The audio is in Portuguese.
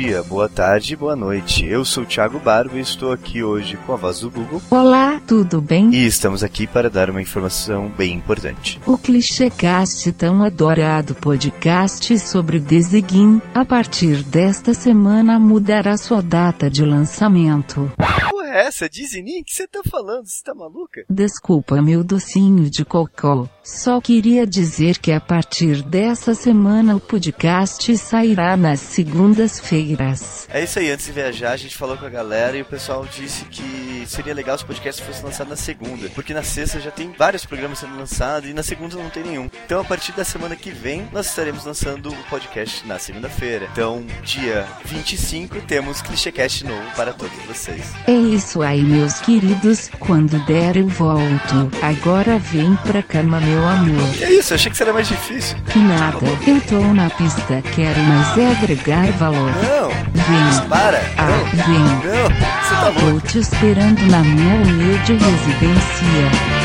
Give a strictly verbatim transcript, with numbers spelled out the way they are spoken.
dia, boa tarde e boa noite. Eu sou o Thiago Barba e estou aqui hoje com a voz do Google. Olá, tudo bem? E estamos aqui para dar uma informação bem importante. O ClichêCast, tão adorado podcast sobre design, a partir desta semana mudará sua data de lançamento. Porra, é essa? Disney? O que você tá falando? Você tá maluca? Desculpa, meu docinho de cocô. Só queria dizer que a partir dessa semana o podcast sairá nas segundas-feiras. É isso aí, antes de viajar a gente falou com a galera e o pessoal disse que seria legal se o podcast fosse lançado na segunda, porque na sexta já tem vários programas sendo lançados e na segunda não tem nenhum. Então a partir da semana que vem nós estaremos lançando o podcast na segunda-feira. Então dia vinte e cinco temos ClichêCast novo para todos vocês. É isso aí, meus queridos, quando der eu volto. Agora vem pra cama, meu amor. Que é isso? Eu achei que seria mais difícil. Que nada, eu tô na pista, quero mais é agregar valor. Não, Vem. para. Ah, Não, vem. não, você tá louco. Tô te esperando na minha humilde residência.